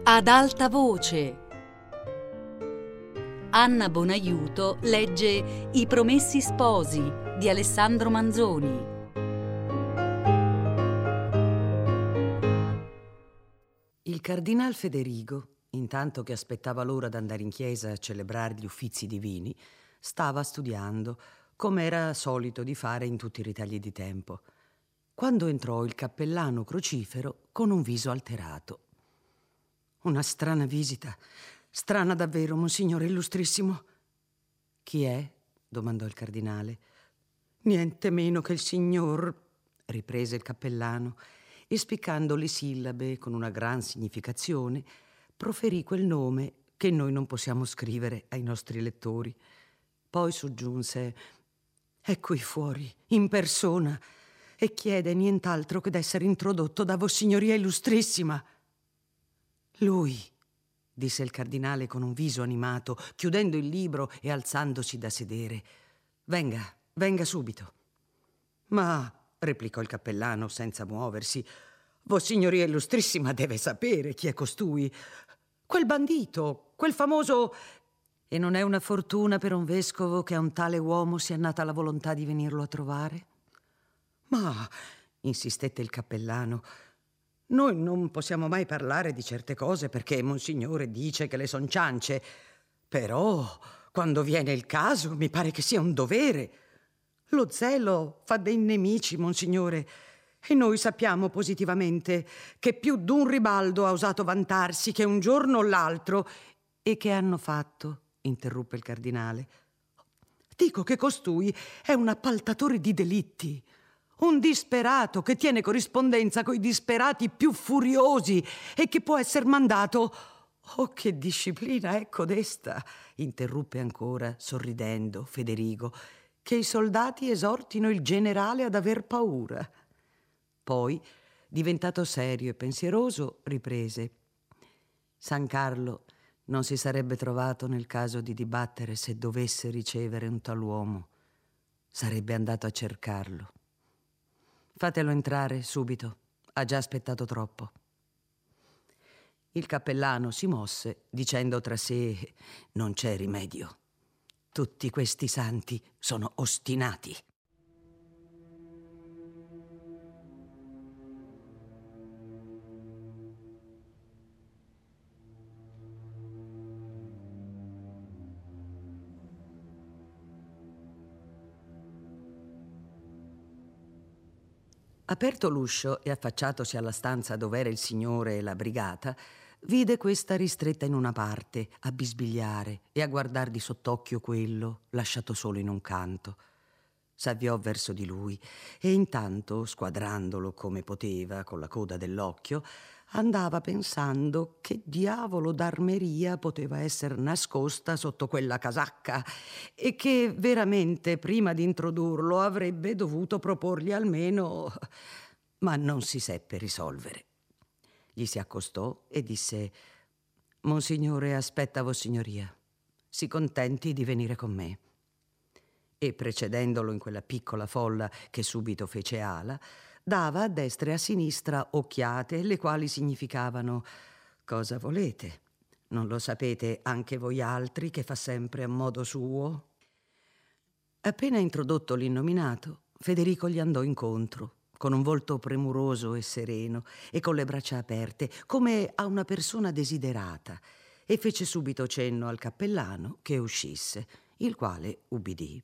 Ad alta voce. Anna Bonaiuto legge I Promessi Sposi di Alessandro Manzoni. Il cardinal Federigo, intanto che aspettava l'ora d'andare in chiesa a celebrare gli uffizi divini, stava studiando, come era solito di fare in tutti i ritagli di tempo, quando entrò il cappellano crocifero con un viso alterato. Una strana visita, strana davvero, Monsignore Illustrissimo. Chi è? Domandò il cardinale. Niente meno che il signor, riprese il cappellano, e spiccando le sillabe con una gran significazione, proferì quel nome che noi non possiamo scrivere ai nostri lettori. Poi soggiunse: è qui fuori, in persona, e chiede nient'altro che d'essere introdotto da Vossignoria Illustrissima. Lui, disse il cardinale con un viso animato, chiudendo il libro e alzandosi da sedere. Venga subito. Ma, replicò il cappellano senza muoversi, Vossignoria Illustrissima deve sapere chi è costui. Quel bandito, quel famoso... E non è una fortuna per un vescovo che a un tale uomo sia nata la volontà di venirlo a trovare? Ma, insistette il cappellano, noi non possiamo mai parlare di certe cose perché Monsignore dice che le son ciance. Però, quando viene il caso, mi pare che sia un dovere. Lo zelo fa dei nemici, Monsignore, e noi sappiamo positivamente che più d'un ribaldo ha osato vantarsi che un giorno o l'altro. E che hanno fatto? Interruppe il cardinale. Dico che costui è un appaltatore di delitti, un disperato che tiene corrispondenza coi disperati più furiosi e che può essere mandato... Oh, che disciplina è codesta, interruppe ancora, sorridendo, Federigo, che i soldati esortino il generale ad aver paura. Poi, diventato serio e pensieroso, riprese: San Carlo non si sarebbe trovato nel caso di dibattere se dovesse ricevere un tal uomo. Sarebbe andato a cercarlo. Fatelo entrare subito, ha già aspettato troppo. Il cappellano si mosse, dicendo tra sé: non c'è rimedio. Tutti questi santi sono ostinati. Aperto l'uscio e affacciatosi alla stanza dov'era il signore e la brigata, vide questa ristretta in una parte, a bisbigliare e a guardar di sott'occhio quello, lasciato solo in un canto. S'avviò verso di lui e intanto, squadrandolo come poteva con la coda dell'occhio, andava pensando che diavolo d'armeria poteva essere nascosta sotto quella casacca e che veramente prima di introdurlo avrebbe dovuto proporgli almeno... Ma non si seppe risolvere. Gli si accostò e disse: Monsignore aspetta Vossignoria, si contenti di venire con me. E precedendolo in quella piccola folla che subito fece ala, dava a destra e a sinistra occhiate, le quali significavano: cosa volete? Non lo sapete anche voi altri che fa sempre a modo suo? Appena introdotto l'innominato, Federico gli andò incontro, con un volto premuroso e sereno e con le braccia aperte, come a una persona desiderata, e fece subito cenno al cappellano che uscisse, il quale ubbidì.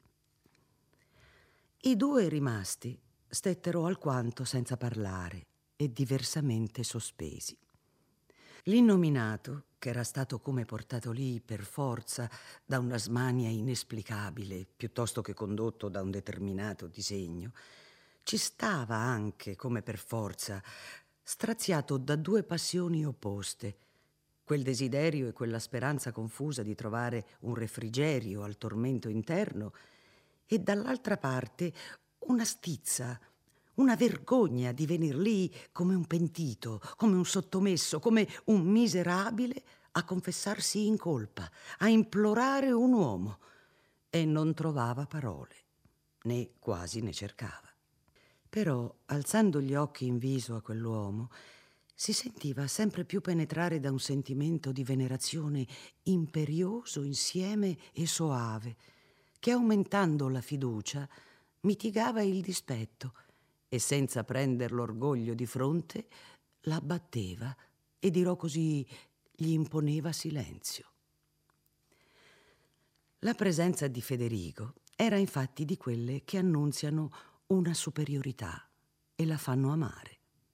I due rimasti stettero alquanto senza parlare e diversamente sospesi. L'innominato, che era stato come portato lì per forza da una smania inesplicabile, piuttosto che condotto da un determinato disegno, ci stava anche come per forza, straziato da due passioni opposte, quel desiderio e quella speranza confusa di trovare un refrigerio al tormento interno, e dall'altra parte una stizza, una vergogna di venir lì come un pentito, come un sottomesso, come un miserabile a confessarsi in colpa, a implorare un uomo, e non trovava parole, né quasi ne cercava. Però, alzando gli occhi in viso a quell'uomo, Si sentiva sempre più penetrare da un sentimento di venerazione imperioso, insieme e soave, che aumentando la fiducia mitigava il dispetto e senza prender l'orgoglio di fronte l'abbatteva e dirò così gli imponeva silenzio. La presenza di Federigo era infatti di quelle che annunziano una superiorità e la fanno amare.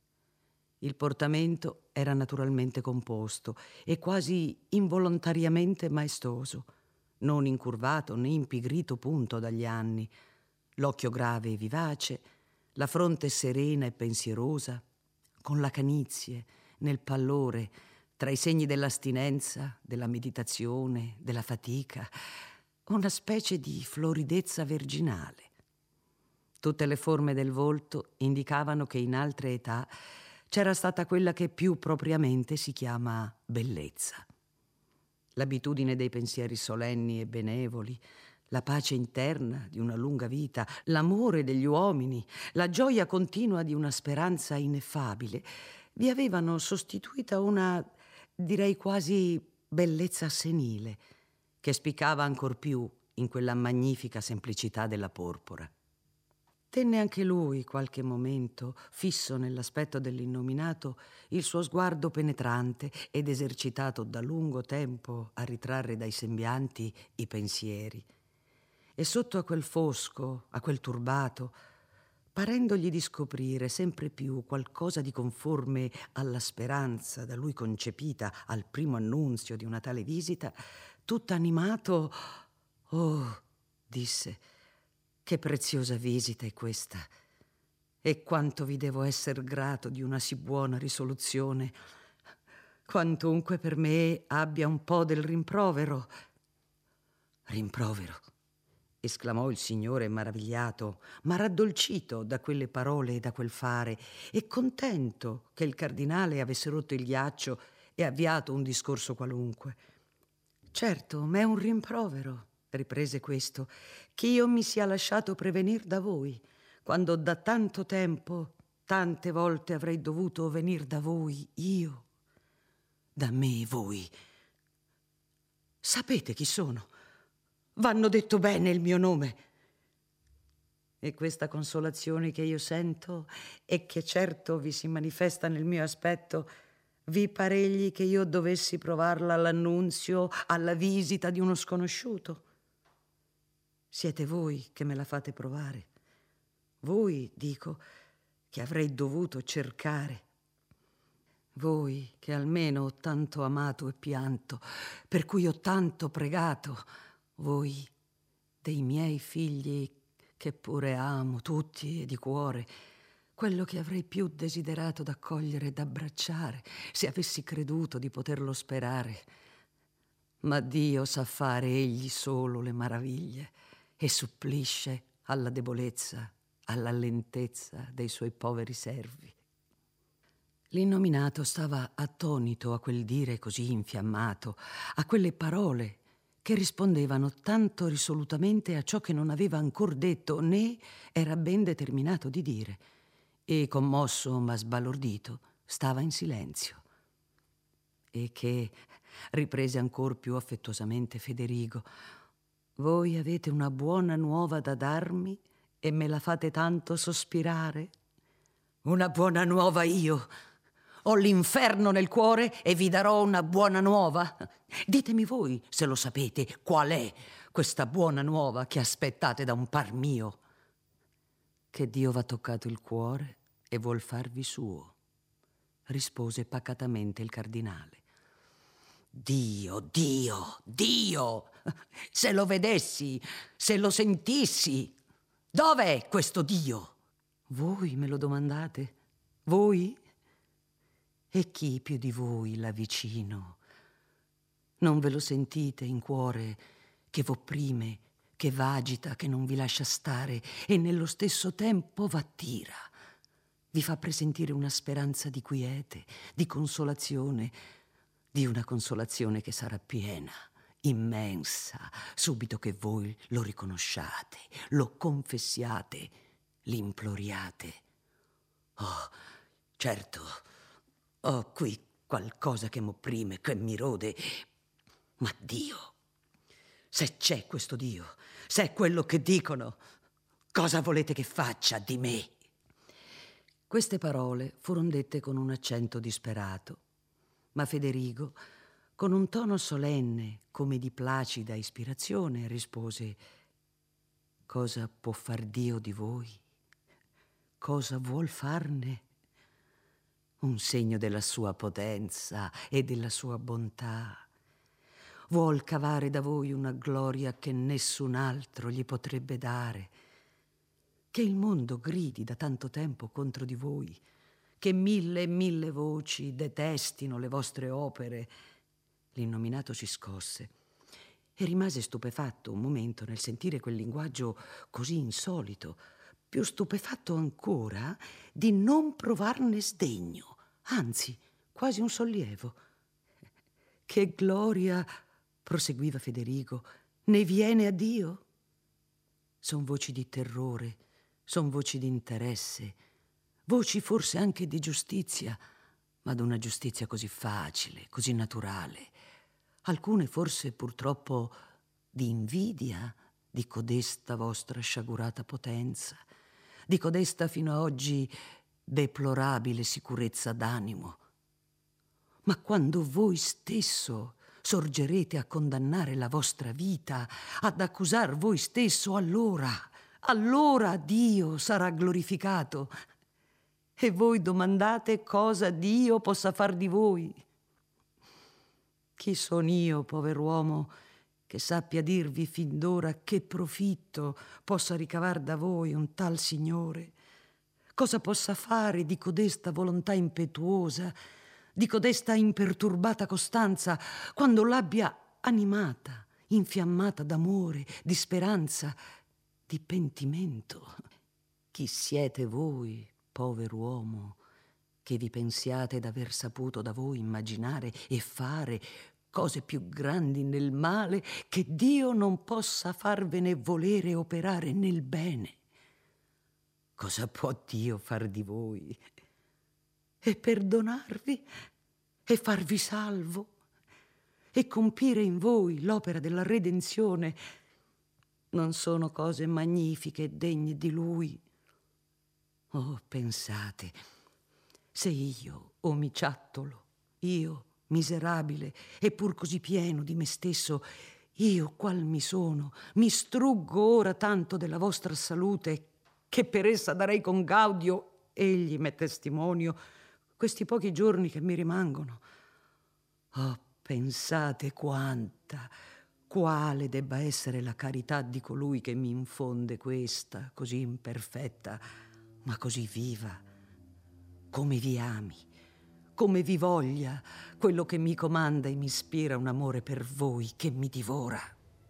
Il portamento era naturalmente composto e quasi involontariamente maestoso, non incurvato né impigrito punto dagli anni, l'occhio grave e vivace, la fronte serena e pensierosa, con la canizie, nel pallore, tra i segni dell'astinenza, della meditazione, della fatica, una specie di floridezza virginale. Tutte le forme del volto indicavano che in altre età c'era stata quella che più propriamente si chiama bellezza. L'abitudine dei pensieri solenni e benevoli, la pace interna di una lunga vita, l'amore degli uomini, la gioia continua di una speranza ineffabile, vi avevano sostituita una, direi quasi, bellezza senile, che spiccava ancor più in quella magnifica semplicità della porpora. Tenne anche lui qualche momento, fisso nell'aspetto dell'innominato, il suo sguardo penetrante ed esercitato da lungo tempo a ritrarre dai sembianti i pensieri. E sotto a quel fosco, a quel turbato, parendogli di scoprire sempre più qualcosa di conforme alla speranza da lui concepita al primo annunzio di una tale visita, tutto animato, «Oh», disse, «che preziosa visita è questa! E quanto vi devo esser grato di una sì buona risoluzione, quantunque per me abbia un po' del rimprovero». «Rimprovero», esclamò il signore maravigliato, ma raddolcito da quelle parole e da quel fare, e contento che il cardinale avesse rotto il ghiaccio e avviato un discorso qualunque. «Certo, m'è un rimprovero», riprese questo, «che io mi sia lasciato prevenir da voi, quando da tanto tempo, tante volte avrei dovuto venir da voi io. Da me voi. Sapete chi sono? V'hanno detto bene il mio nome. E questa consolazione che io sento e che certo vi si manifesta nel mio aspetto, vi paregli che io dovessi provarla all'annunzio, alla visita di uno sconosciuto? Siete voi che me la fate provare. Voi, dico, che avrei dovuto cercare. Voi che almeno ho tanto amato e pianto, per cui ho tanto pregato. Voi dei miei figli che pure amo tutti e di cuore, quello che avrei più desiderato d'accogliere e d'abbracciare, se avessi creduto di poterlo sperare. Ma Dio sa fare egli solo le maraviglie e supplisce alla debolezza, alla lentezza dei suoi poveri servi. L'innominato stava attonito a quel dire così infiammato, a quelle parole che rispondevano tanto risolutamente a ciò che non aveva ancor detto né era ben determinato di dire, e commosso ma sbalordito stava in silenzio. E che, riprese ancor più affettuosamente Federigo, voi avete una buona nuova da darmi e me la fate tanto sospirare? Una buona nuova io? Ho l'inferno nel cuore e vi darò una buona nuova? Ditemi voi, se lo sapete, qual è questa buona nuova che aspettate da un par mio. Che Dio v'ha toccato il cuore e vuol farvi suo, rispose pacatamente il cardinale. Dio, Dio, Dio! Se lo vedessi, se lo sentissi, dov'è questo Dio? Voi me lo domandate? Voi? E chi più di voi l'ha vicino? Non ve lo sentite in cuore che v'opprime, che v'agita, che non vi lascia stare e nello stesso tempo v'attira? Vi fa presentire una speranza di quiete, di consolazione, di una consolazione che sarà piena, immensa, subito che voi lo riconosciate, lo confessiate, l'imploriate. Oh, certo, Ho qui qualcosa che m'opprime, che mi rode. Ma Dio, se c'è questo Dio, se è quello che dicono, cosa volete che faccia di me? Queste parole furono dette con un accento disperato, ma Federigo, con un tono solenne, come di placida ispirazione, rispose: cosa può far Dio di voi? Cosa vuol farne? Un segno della sua potenza e della sua bontà. Vuol cavare da voi una gloria che nessun altro gli potrebbe dare. Che il mondo gridi da tanto tempo contro di voi, che 1000 e 1000 voci detestino le vostre opere. L'innominato si scosse e rimase stupefatto un momento nel sentire quel linguaggio così insolito, più stupefatto ancora di non provarne sdegno, anzi, quasi un sollievo. Che gloria, proseguiva Federigo, ne viene a Dio? Son voci di terrore, son voci di interesse, voci forse anche di giustizia, ma d'una giustizia così facile, così naturale. Alcune forse purtroppo di invidia di codesta vostra sciagurata potenza, di codesta fino a oggi deplorabile sicurezza d'animo. Ma quando voi stesso sorgerete a condannare la vostra vita, ad accusar voi stesso, allora Dio sarà glorificato. E voi domandate cosa Dio possa far di voi. Chi son io, pover'uomo, che sappia dirvi fin d'ora che profitto possa ricavar da voi un tal Signore? Cosa possa fare di codesta volontà impetuosa, di codesta imperturbata costanza, quando l'abbia animata, infiammata d'amore, di speranza, di pentimento? Chi siete voi, pover'uomo, che vi pensiate d'aver saputo da voi immaginare e fare cose più grandi nel male che Dio non possa farvene volere operare nel bene? Cosa può Dio far di voi? E perdonarvi? E farvi salvo? E compire in voi l'opera della redenzione? Non sono cose magnifiche e degne di Lui? Oh, pensate, se io, omiciattolo, io, miserabile, eppur così pieno di me stesso, io, qual mi sono, mi struggo ora tanto della vostra salute, che per essa darei con gaudio, egli m'è testimonio, questi pochi giorni che mi rimangono. Oh, pensate quale debba essere la carità di colui che mi infonde questa, così imperfetta, ma così viva. Come vi ami, come vi voglia, quello che mi comanda e mi ispira un amore per voi che mi divora.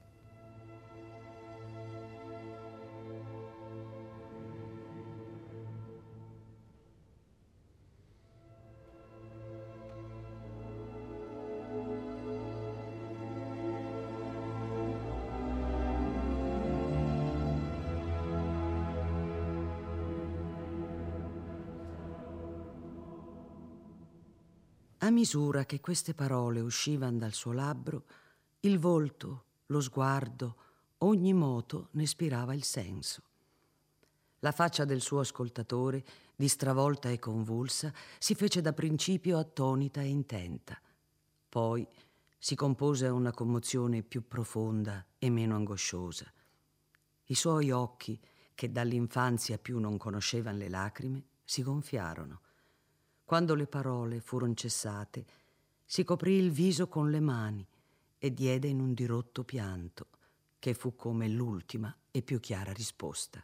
A misura che queste parole uscivan dal suo labbro, il volto, lo sguardo, ogni moto ne spirava il senso. La faccia del suo ascoltatore, di stravolta e convulsa, si fece da principio attonita e intenta. Poi si compose a una commozione più profonda e meno angosciosa. I suoi occhi, che dall'infanzia più non conoscevan le lacrime, si gonfiarono. Quando le parole furono cessate, si coprì il viso con le mani e diede in un dirotto pianto, che fu come l'ultima e più chiara risposta.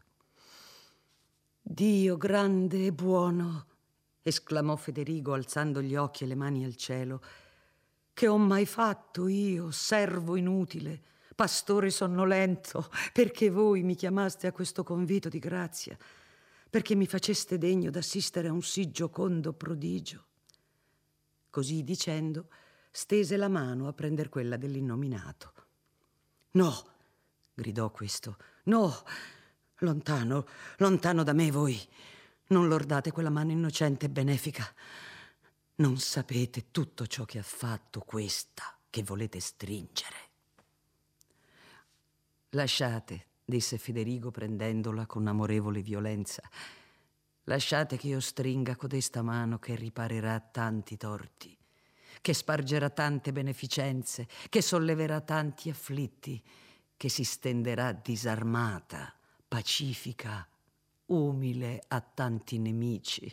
Dio grande e buono, esclamò Federigo alzando gli occhi e le mani al cielo, che ho mai fatto io, servo inutile, pastore sonnolento, perché voi mi chiamaste a questo convito di grazia, perché mi faceste degno d'assistere a un sì giocondo prodigio. Così dicendo, stese la mano a prender quella dell'innominato. No, gridò questo, no, lontano, lontano da me voi. Non lordate quella mano innocente e benefica. Non sapete tutto ciò che ha fatto questa che volete stringere. Lasciate, disse Federigo prendendola con amorevole violenza. Lasciate che io stringa codesta mano che riparerà tanti torti, che spargerà tante beneficenze, che solleverà tanti afflitti, che si stenderà disarmata, pacifica, umile a tanti nemici.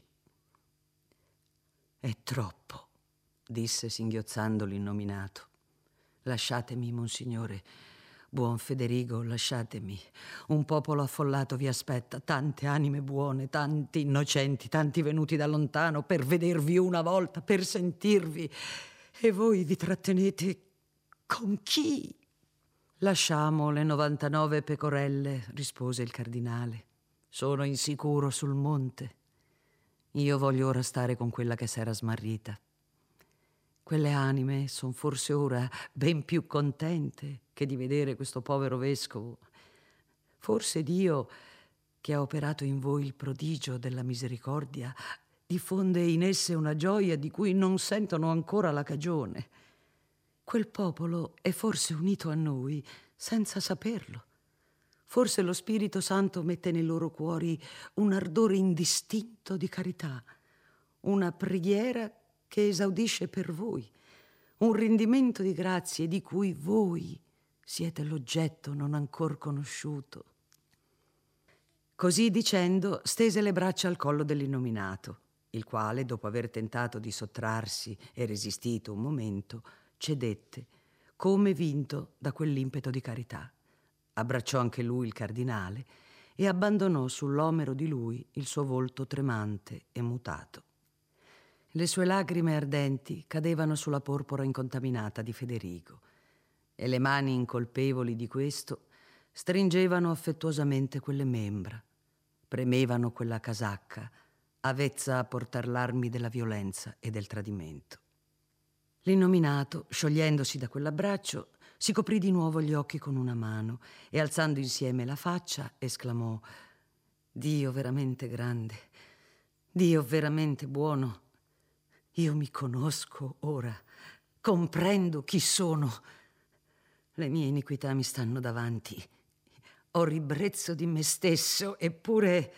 È troppo, disse singhiozzando l'innominato. Lasciatemi, monsignore. Buon Federigo, lasciatemi. Un popolo affollato vi aspetta, tante anime buone, tanti innocenti, tanti venuti da lontano per vedervi una volta, per sentirvi. E voi vi trattenete con chi? Lasciamo le 99 pecorelle, rispose il cardinale. Sono insicuro sul monte. Io voglio ora stare con quella che s'era smarrita. Quelle anime son forse ora ben più contente che di vedere questo povero vescovo. Forse Dio, che ha operato in voi il prodigio della misericordia, diffonde in esse una gioia di cui non sentono ancora la cagione. Quel popolo è forse unito a noi senza saperlo. Forse lo Spirito Santo mette nei loro cuori un ardore indistinto di carità, una preghiera che esaudisce per voi, un rendimento di grazie di cui voi siete l'oggetto non ancor conosciuto. Così dicendo, stese le braccia al collo dell'innominato, il quale, dopo aver tentato di sottrarsi e resistito un momento, cedette, come vinto da quell'impeto di carità. Abbracciò anche lui il cardinale e abbandonò sull'omero di lui il suo volto tremante e mutato. Le sue lagrime ardenti cadevano sulla porpora incontaminata di Federigo e le mani incolpevoli di questo stringevano affettuosamente quelle membra, premevano quella casacca, avvezza a portar l'armi della violenza e del tradimento. L'innominato, sciogliendosi da quell'abbraccio, si coprì di nuovo gli occhi con una mano e, alzando insieme la faccia, esclamò: Dio veramente grande, Dio veramente buono. Io mi conosco ora, comprendo chi sono. Le mie iniquità mi stanno davanti. Ho ribrezzo di me stesso, eppure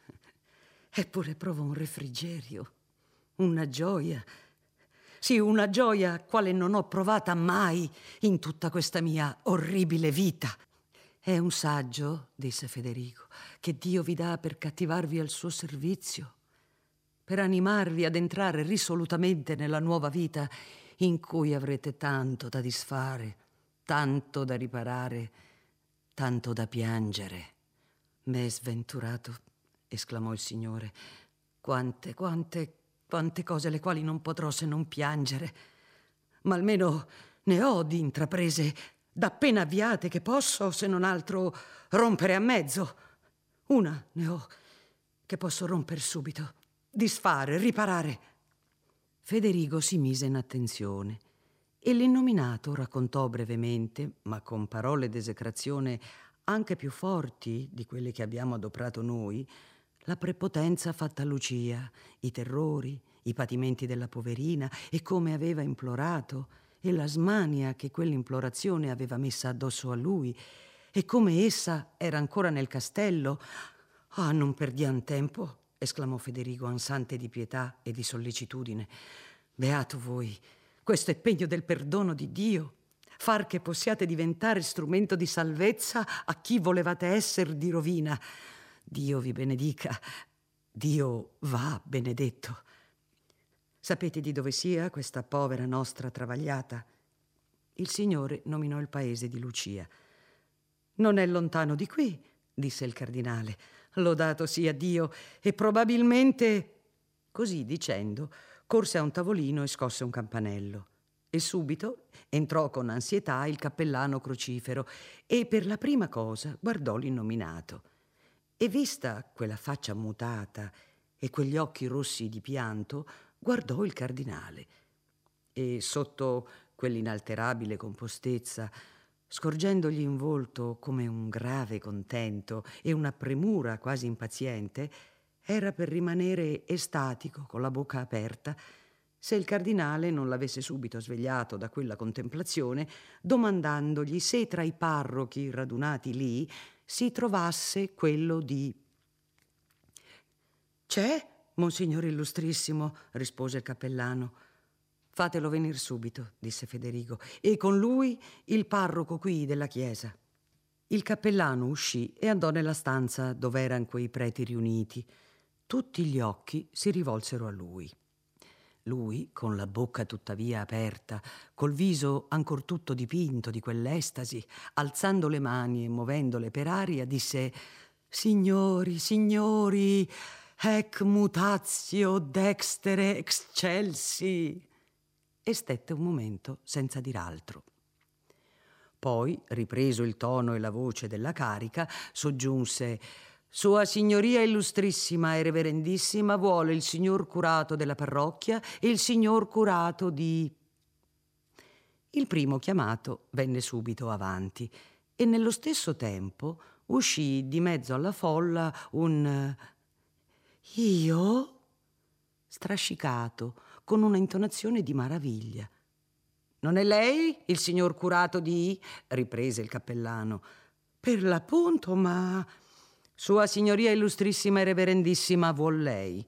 provo un refrigerio, una gioia. Sì, una gioia quale non ho provata mai in tutta questa mia orribile vita. È un saggio, disse Federigo, che Dio vi dà per cattivarvi al suo servizio, per animarvi ad entrare risolutamente nella nuova vita in cui avrete tanto da disfare, tanto da riparare, tanto da piangere. «M'è sventurato», esclamò il Signore, quante cose le quali non potrò se non piangere, ma almeno ne ho di intraprese d'appena avviate che posso, se non altro, rompere a mezzo. Una ne ho che posso romper subito, disfare, riparare. Federigo si mise in attenzione e l'innominato raccontò brevemente, ma con parole d'esecrazione anche più forti di quelle che abbiamo adoperato noi, la prepotenza fatta a Lucia, i terrori, i patimenti della poverina e come aveva implorato, e la smania che quell'implorazione aveva messa addosso a lui, e come essa era ancora nel castello. «Ah, non perdiam tempo», esclamò Federigo, ansante di pietà e di sollecitudine. «Beato voi, questo è pegno del perdono di Dio, far che possiate diventare strumento di salvezza a chi volevate esser di rovina. Dio vi benedica, Dio va benedetto. Sapete di dove sia questa povera nostra travagliata?» Il Signore nominò il paese di Lucia. «Non è lontano di qui», disse il cardinale. «Lodato sia Dio, e probabilmente...» Così dicendo, corse a un tavolino e scosse un campanello. E subito entrò con ansietà il cappellano Crocifero e per la prima cosa guardò l'innominato. E vista quella faccia mutata e quegli occhi rossi di pianto, guardò il cardinale. E sotto quell'inalterabile compostezza, scorgendogli in volto come un grave contento e una premura quasi impaziente, era per rimanere estatico con la bocca aperta se il cardinale non l'avesse subito svegliato da quella contemplazione, domandandogli se tra i parrochi radunati lì si trovasse quello di... «C'è, Monsignore Illustrissimo», rispose il cappellano. «Fatelo venir subito», disse Federigo, «e con lui il parroco qui della chiesa». Il cappellano uscì e andò nella stanza dove eran quei preti riuniti. Tutti gli occhi si rivolsero a lui. Lui, con la bocca tuttavia aperta, col viso ancor tutto dipinto di quell'estasi, alzando le mani e muovendole per aria, disse: «Signori, signori, ec mutatio dextere excelsi!» e stette un momento senza dir altro. Poi, ripreso il tono e la voce della carica, soggiunse: «Sua Signoria Illustrissima e Reverendissima vuole il signor curato della parrocchia e il signor curato di...» Il primo chiamato venne subito avanti e nello stesso tempo uscì di mezzo alla folla un «Io?» strascicato, con una intonazione di maraviglia. «Non è lei il signor curato di...» riprese il cappellano. «Per l'appunto, ma...» «Sua Signoria Illustrissima e Reverendissima vuol lei».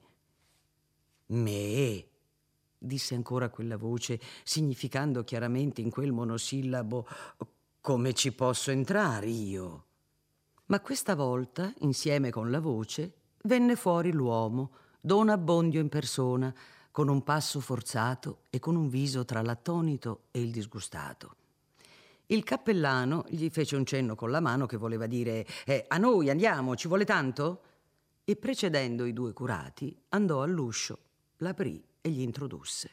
«Me?» disse ancora quella voce, significando chiaramente in quel monosillabo: «Come ci posso entrare io?» Ma questa volta, insieme con la voce, venne fuori l'uomo, Don Abbondio in persona, con un passo forzato e con un viso tra l'attonito e il disgustato. Il cappellano gli fece un cenno con la mano che voleva dire: «A noi, andiamo, ci vuole tanto?» E precedendo i due curati andò all'uscio, l'aprì e gli introdusse.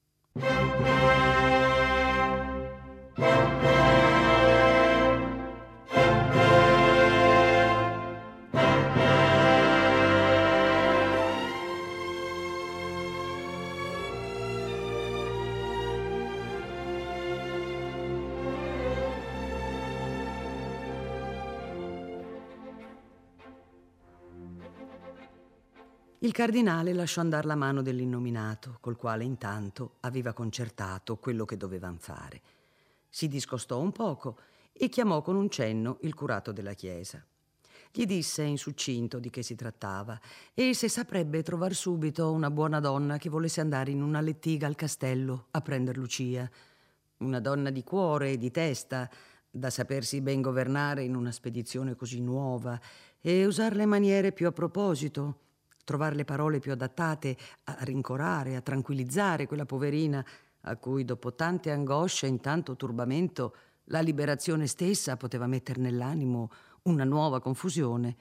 Il cardinale lasciò andare la mano dell'innominato, col quale intanto aveva concertato quello che dovevan fare. Si discostò un poco e chiamò con un cenno il curato della chiesa. Gli disse in succinto di che si trattava e se saprebbe trovar subito una buona donna che volesse andare in una lettiga al castello a prender Lucia. Una donna di cuore e di testa, da sapersi ben governare in una spedizione così nuova e usar le maniere più a proposito, trovare le parole più adattate a rincorare, a tranquillizzare quella poverina a cui dopo tante angosce e in tanto turbamento la liberazione stessa poteva metter nell'animo una nuova confusione.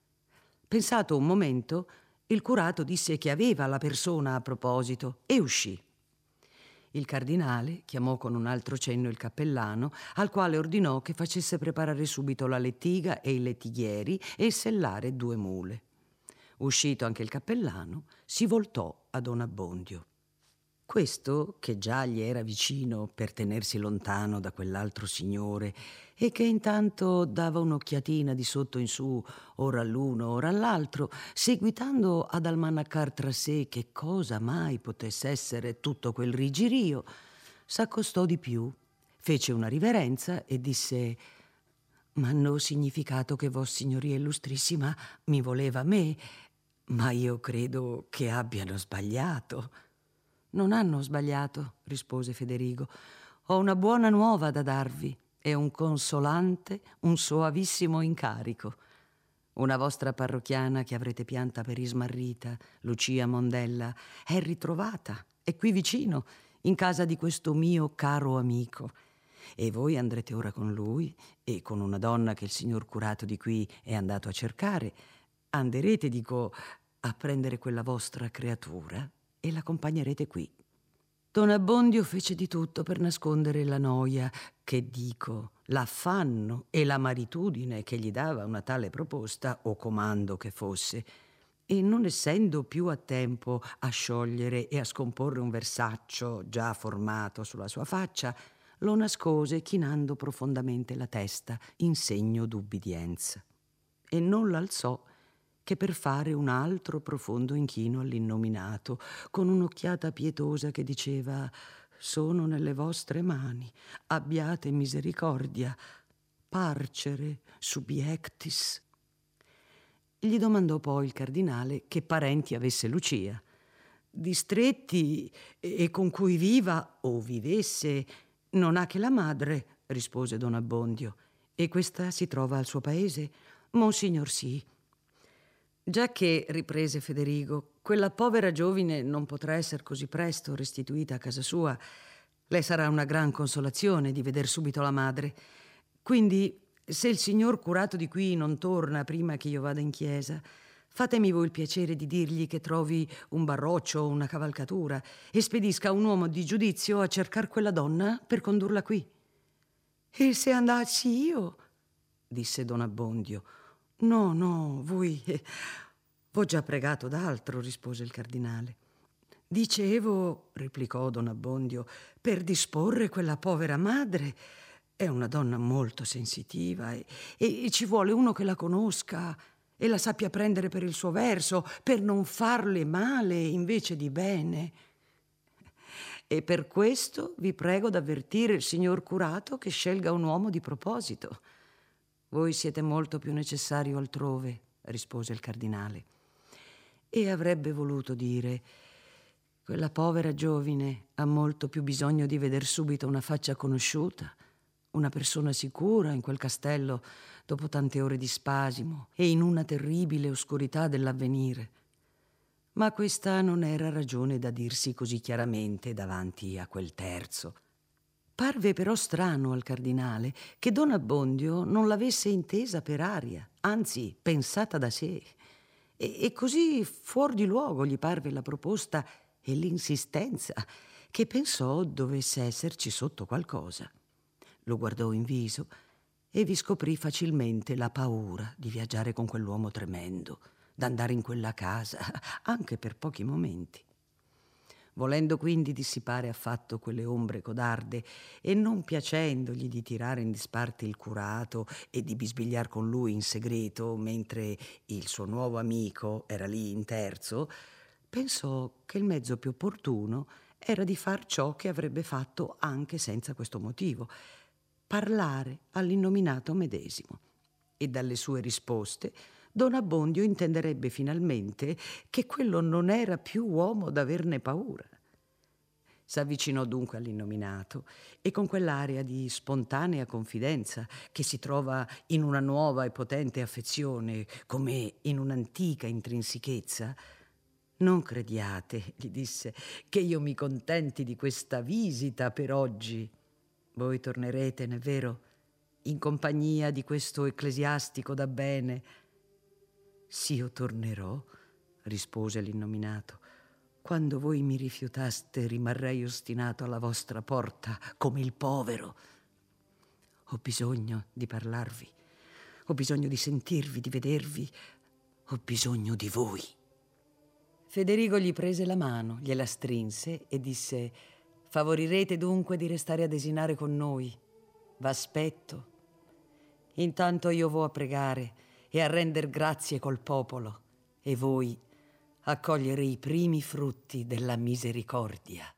Pensato un momento, il curato disse che aveva la persona a proposito e uscì. Il cardinale chiamò con un altro cenno il cappellano, al quale ordinò che facesse preparare subito la lettiga e i lettighieri e sellare 2 mule. Uscito anche il cappellano, si voltò a Don Abbondio. Questo, che già gli era vicino per tenersi lontano da quell'altro signore e che intanto dava un'occhiatina di sotto in su, ora all'uno, ora all'altro, seguitando ad almanaccar tra sé che cosa mai potesse essere tutto quel rigirio, s'accostò di più, fece una riverenza e disse: «M'hanno significato che Vossignoria Illustrissima mi voleva a me, ma io credo che abbiano sbagliato». «Non hanno sbagliato», rispose Federigo. «Ho una buona nuova da darvi e un consolante, un soavissimo incarico. Una vostra parrocchiana che avrete pianta per ismarrita, Lucia Mondella, è ritrovata, è qui vicino, in casa di questo mio caro amico. E voi andrete ora con lui e con una donna che il signor curato di qui è andato a cercare. Anderete, dico, a prendere quella vostra creatura e l'accompagnerete qui». Don Abbondio fece di tutto per nascondere la noia, che dico, l'affanno e l'amaritudine che gli dava una tale proposta o comando che fosse, e non essendo più a tempo a sciogliere e a scomporre un versaccio già formato sulla sua faccia, lo nascose chinando profondamente la testa in segno d'ubbidienza. E non l'alzò che per fare un altro profondo inchino all'innominato, con un'occhiata pietosa che diceva: «Sono nelle vostre mani, abbiate misericordia, parcere subiectis». Gli domandò poi il cardinale che parenti avesse Lucia. «Di stretti e con cui viva o vivesse non ha che la madre», rispose don Abbondio. «E questa si trova al suo paese?» «Monsignor sì». «Giacché», riprese Federigo, «quella povera giovine non potrà essere così presto restituita a casa sua, le sarà una gran consolazione di veder subito la madre. Quindi, se il signor curato di qui non torna prima che io vada in chiesa, fatemi voi il piacere di dirgli che trovi un barroccio o una cavalcatura e spedisca un uomo di giudizio a cercar quella donna per condurla qui». «E se andassi io?» disse don Abbondio. No, voi v'ho già pregato d'altro», rispose il cardinale. «Dicevo», replicò don Abbondio, «per disporre quella povera madre. È una donna molto sensitiva e ci vuole uno che la conosca e la sappia prendere per il suo verso, per non farle male invece di bene. E per questo vi prego d'avvertire il signor curato che scelga un uomo di proposito. Voi siete molto più necessario altrove», rispose il cardinale. E avrebbe voluto dire: «Quella povera giovine ha molto più bisogno di veder subito una faccia conosciuta, una persona sicura in quel castello dopo tante ore di spasimo e in una terribile oscurità dell'avvenire». Ma questa non era ragione da dirsi così chiaramente davanti a quel terzo. Parve però strano al cardinale che don Abbondio non l'avesse intesa per aria, anzi pensata da sé. E così fuor di luogo gli parve la proposta e l'insistenza, che pensò dovesse esserci sotto qualcosa. Lo guardò in viso e vi scoprì facilmente la paura di viaggiare con quell'uomo tremendo, d'andare in quella casa anche per pochi momenti. Volendo quindi dissipare affatto quelle ombre codarde e non piacendogli di tirare in disparte il curato e di bisbigliar con lui in segreto mentre il suo nuovo amico era lì in terzo, pensò che il mezzo più opportuno era di far ciò che avrebbe fatto anche senza questo motivo: parlare all'innominato medesimo. E dalle sue risposte don Abbondio intenderebbe finalmente che quello non era più uomo d'averne paura. S'avvicinò dunque all'innominato e con quell'aria di spontanea confidenza che si trova in una nuova e potente affezione, come in un'antica intrinsichezza: «Non crediate», gli disse, «che io mi contenti di questa visita per oggi. Voi tornerete, n'è vero, in compagnia di questo ecclesiastico da bene?» «S'io tornerò», rispose l'innominato, «quando voi mi rifiutaste rimarrei ostinato alla vostra porta come il povero. Ho bisogno di parlarvi, ho bisogno di sentirvi, di vedervi, ho bisogno di voi». Federigo gli prese la mano, gliela strinse e disse: «Favorirete dunque di restare a desinare con noi? V'aspetto. Intanto io vo a pregare e a render grazie col popolo, e voi a cogliere i primi frutti della misericordia».